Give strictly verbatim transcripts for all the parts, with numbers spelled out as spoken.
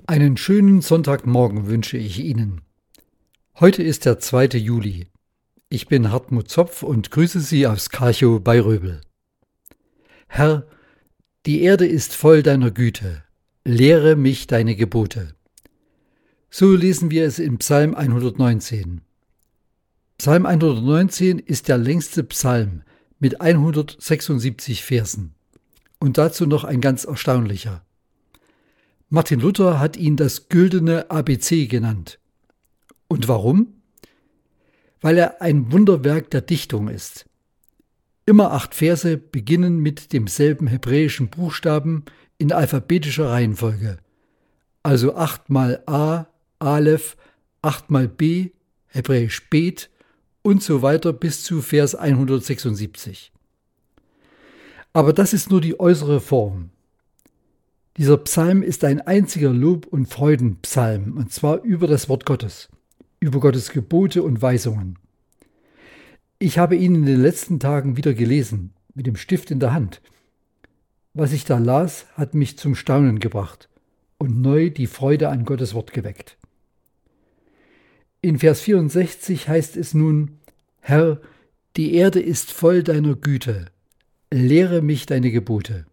Einen schönen Sonntagmorgen wünsche ich Ihnen. Heute ist der zweite Juli. Ich bin Hartmut Zopf und grüße Sie aus Karchow bei Röbel. Herr, die Erde ist voll deiner Güte. Lehre mich deine Gebote. So lesen wir es in Psalm hundertneunzehn. Psalm hundertneunzehn ist der längste Psalm mit hundertsechsundsiebzig Versen. Und dazu noch ein ganz erstaunlicher. Martin Luther hat ihn das güldene A B C genannt. Und warum? Weil er ein Wunderwerk der Dichtung ist. Immer acht Verse beginnen mit demselben hebräischen Buchstaben in alphabetischer Reihenfolge. Also achtmal A, Aleph, achtmal B, hebräisch Bet und so weiter bis zu Vers hundertsechsundsiebzig. Aber das ist nur die äußere Form. Dieser Psalm ist ein einziger Lob- und Freudenpsalm, und zwar über das Wort Gottes, über Gottes Gebote und Weisungen. Ich habe ihn in den letzten Tagen wieder gelesen, mit dem Stift in der Hand. Was ich da las, hat mich zum Staunen gebracht und neu die Freude an Gottes Wort geweckt. In Vers vierundsechzig heißt es nun: Herr, die Erde ist voll deiner Güte, lehre mich deine Gebote.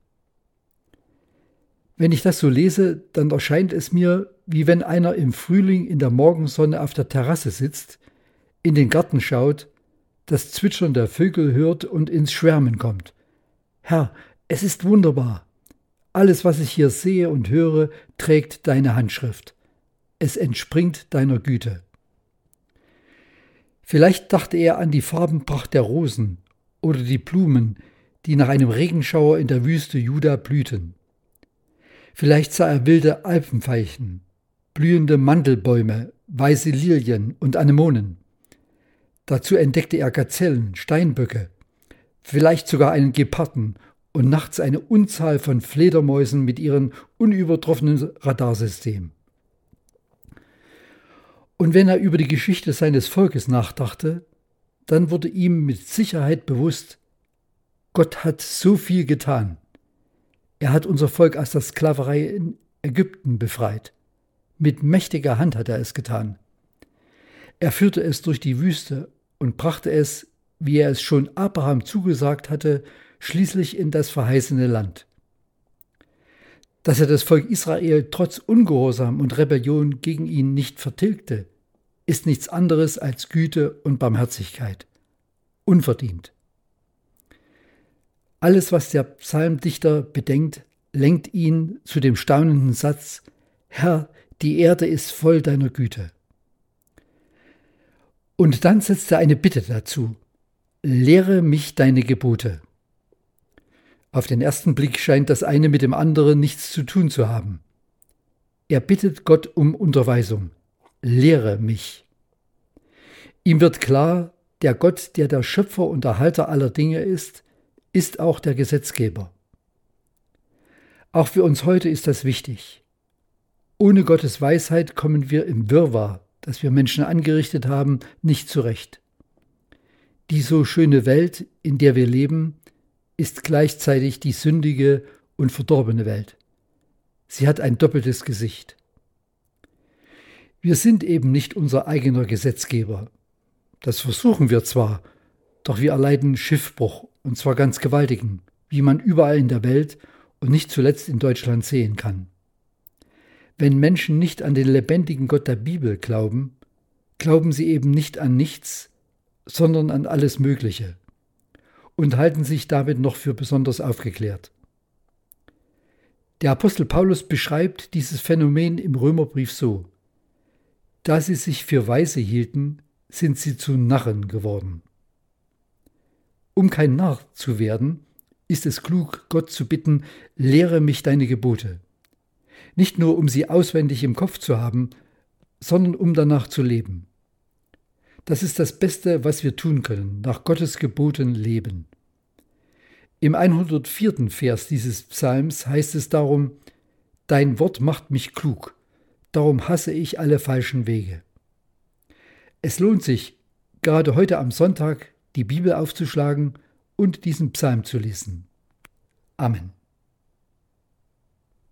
Wenn ich das so lese, dann erscheint es mir, wie wenn einer im Frühling in der Morgensonne auf der Terrasse sitzt, in den Garten schaut, das Zwitschern der Vögel hört und ins Schwärmen kommt. Herr, es ist wunderbar. Alles, was ich hier sehe und höre, trägt deine Handschrift. Es entspringt deiner Güte. Vielleicht dachte er an die Farbenpracht der Rosen oder die Blumen, die nach einem Regenschauer in der Wüste Juda blühten. Vielleicht sah er wilde Alpenveilchen, blühende Mandelbäume, weiße Lilien und Anemonen. Dazu entdeckte er Gazellen, Steinböcke, vielleicht sogar einen Geparden und nachts eine Unzahl von Fledermäusen mit ihrem unübertroffenen Radarsystem. Und wenn er über die Geschichte seines Volkes nachdachte, dann wurde ihm mit Sicherheit bewusst, Gott hat so viel getan. Er hat unser Volk aus der Sklaverei in Ägypten befreit. Mit mächtiger Hand hat er es getan. Er führte es durch die Wüste und brachte es, wie er es schon Abraham zugesagt hatte, schließlich in das verheißene Land. Dass er das Volk Israel trotz Ungehorsam und Rebellion gegen ihn nicht vertilgte, ist nichts anderes als Güte und Barmherzigkeit. Unverdient. Alles, was der Psalmdichter bedenkt, lenkt ihn zu dem staunenden Satz: Herr, die Erde ist voll deiner Güte. Und dann setzt er eine Bitte dazu: Lehre mich deine Gebote. Auf den ersten Blick scheint das eine mit dem anderen nichts zu tun zu haben. Er bittet Gott um Unterweisung: Lehre mich. Ihm wird klar, der Gott, der der Schöpfer und Erhalter aller Dinge ist, ist auch der Gesetzgeber. Auch für uns heute ist das wichtig. Ohne Gottes Weisheit kommen wir im Wirrwarr, das wir Menschen angerichtet haben, nicht zurecht. Die so schöne Welt, in der wir leben, ist gleichzeitig die sündige und verdorbene Welt. Sie hat ein doppeltes Gesicht. Wir sind eben nicht unser eigener Gesetzgeber. Das versuchen wir zwar, doch wir erleiden Schiffbruch, und zwar ganz gewaltigen, wie man überall in der Welt und nicht zuletzt in Deutschland sehen kann. Wenn Menschen nicht an den lebendigen Gott der Bibel glauben, glauben sie eben nicht an nichts, sondern an alles Mögliche und halten sich damit noch für besonders aufgeklärt. Der Apostel Paulus beschreibt dieses Phänomen im Römerbrief so: Da sie sich für Weise hielten, sind sie zu Narren geworden. Um kein Narr zu werden, ist es klug, Gott zu bitten: Lehre mich deine Gebote. Nicht nur, um sie auswendig im Kopf zu haben, sondern um danach zu leben. Das ist das Beste, was wir tun können: nach Gottes Geboten leben. Im hundertvierten Vers dieses Psalms heißt es darum: Dein Wort macht mich klug, darum hasse ich alle falschen Wege. Es lohnt sich, gerade heute am Sonntag die Bibel aufzuschlagen und diesen Psalm zu lesen. Amen.